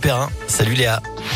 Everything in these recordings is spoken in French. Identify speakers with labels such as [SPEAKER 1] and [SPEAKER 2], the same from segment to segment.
[SPEAKER 1] Super 1. Salut Léa.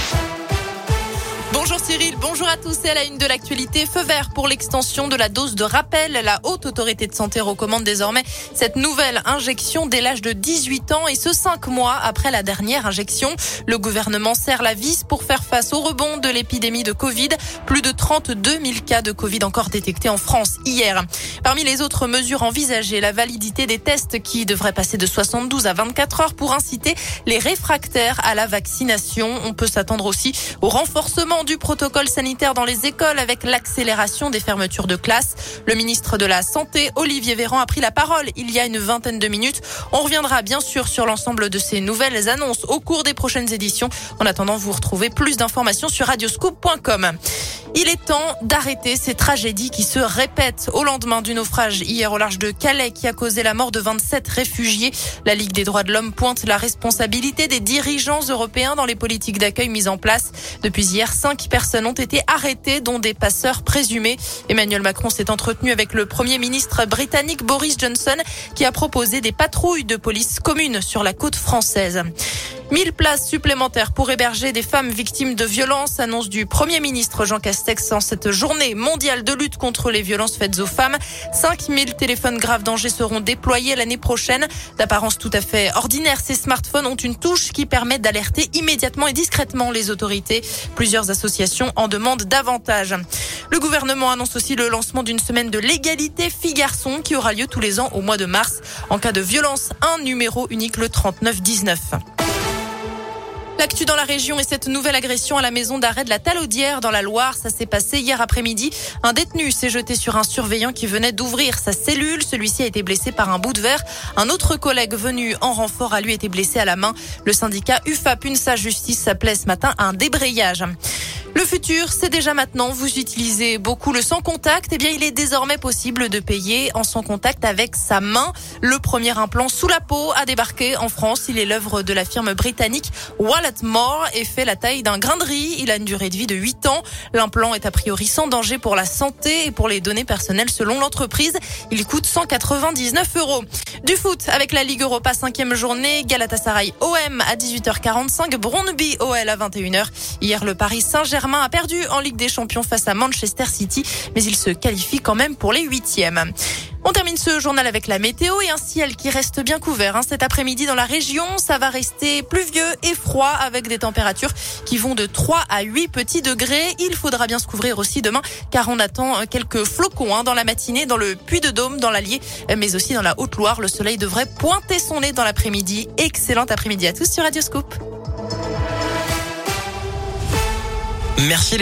[SPEAKER 2] Bonjour Cyril, bonjour à tous et à la une de l'actualité. Feu vert pour l'extension de la dose de rappel. La Haute Autorité de Santé recommande désormais cette nouvelle injection dès l'âge de 18 ans et ce 5 mois après la dernière injection. Le gouvernement serre la vis pour faire face au rebond de l'épidémie de Covid. Plus de 32 000 cas de Covid encore détectés en France hier. Parmi les autres mesures envisagées, la validité des tests qui devrait passer de 72 à 24 heures pour inciter les réfractaires à la vaccination. On peut s'attendre aussi au renforcement du protocole sanitaire dans les écoles avec l'accélération des fermetures de classes. Le ministre de la Santé, Olivier Véran, a pris la parole il y a une vingtaine de minutes. On reviendra bien sûr sur l'ensemble de ces nouvelles annonces au cours des prochaines éditions. En attendant, vous retrouvez plus d'informations sur radioscoop.com. Il est temps d'arrêter ces tragédies qui se répètent au lendemain du naufrage hier au large de Calais qui a causé la mort de 27 réfugiés. La Ligue des droits de l'homme pointe la responsabilité des dirigeants européens dans les politiques d'accueil mises en place. Depuis hier, 5 personnes ont été arrêtées, dont des passeurs présumés. Emmanuel Macron s'est entretenu avec le Premier ministre britannique Boris Johnson qui a proposé des patrouilles de police communes sur la côte française. 1000 places supplémentaires pour héberger des femmes victimes de violences, annonce du Premier ministre Jean Castex en cette journée mondiale de lutte contre les violences faites aux femmes. 5000 téléphones grave danger seront déployés l'année prochaine. D'apparence tout à fait ordinaire, ces smartphones ont une touche qui permet d'alerter immédiatement et discrètement les autorités. Plusieurs associations en demandent davantage. Le gouvernement annonce aussi le lancement d'une semaine de l'égalité filles-garçons qui aura lieu tous les ans au mois de mars. En cas de violence, un numéro unique, le 3919. L'actu dans la région et cette nouvelle agression à la maison d'arrêt de la Talaudière dans la Loire. Ça s'est passé hier après-midi. Un détenu s'est jeté sur un surveillant qui venait d'ouvrir sa cellule. Celui-ci a été blessé par un bout de verre. Un autre collègue venu en renfort a lui été blessé à la main. Le syndicat UFAP UNSA Justice s'appelait ce matin à un débrayage. Le futur, c'est déjà maintenant. Vous utilisez beaucoup le sans contact. Eh bien, il est désormais possible de payer en sans contact avec sa main. Le premier implant sous la peau a débarqué en France. Il est l'œuvre de la firme britannique Walletmore et fait la taille d'un grain de riz. Il a une durée de vie de 8 ans. L'implant est a priori sans danger pour la santé et pour les données personnelles selon l'entreprise. Il coûte 199 €. Du foot avec la Ligue Europa 5e journée. Galatasaray OM à 18h45. Brøndby OL à 21h. Hier, le Paris Saint-Germain a perdu en Ligue des Champions face à Manchester City, mais il se qualifie quand même pour les 8e. On termine ce journal avec la météo et un ciel qui reste bien couvert. Cet après-midi dans la région, ça va rester pluvieux et froid avec des températures qui vont de 3 à 8 petits degrés. Il faudra bien se couvrir aussi demain car on attend quelques flocons dans la matinée dans le Puy-de-Dôme, dans l'Allier, mais aussi dans la Haute-Loire. Le soleil devrait pointer son nez dans l'après-midi. Excellent après-midi à tous sur Radio Scoop.
[SPEAKER 1] Merci.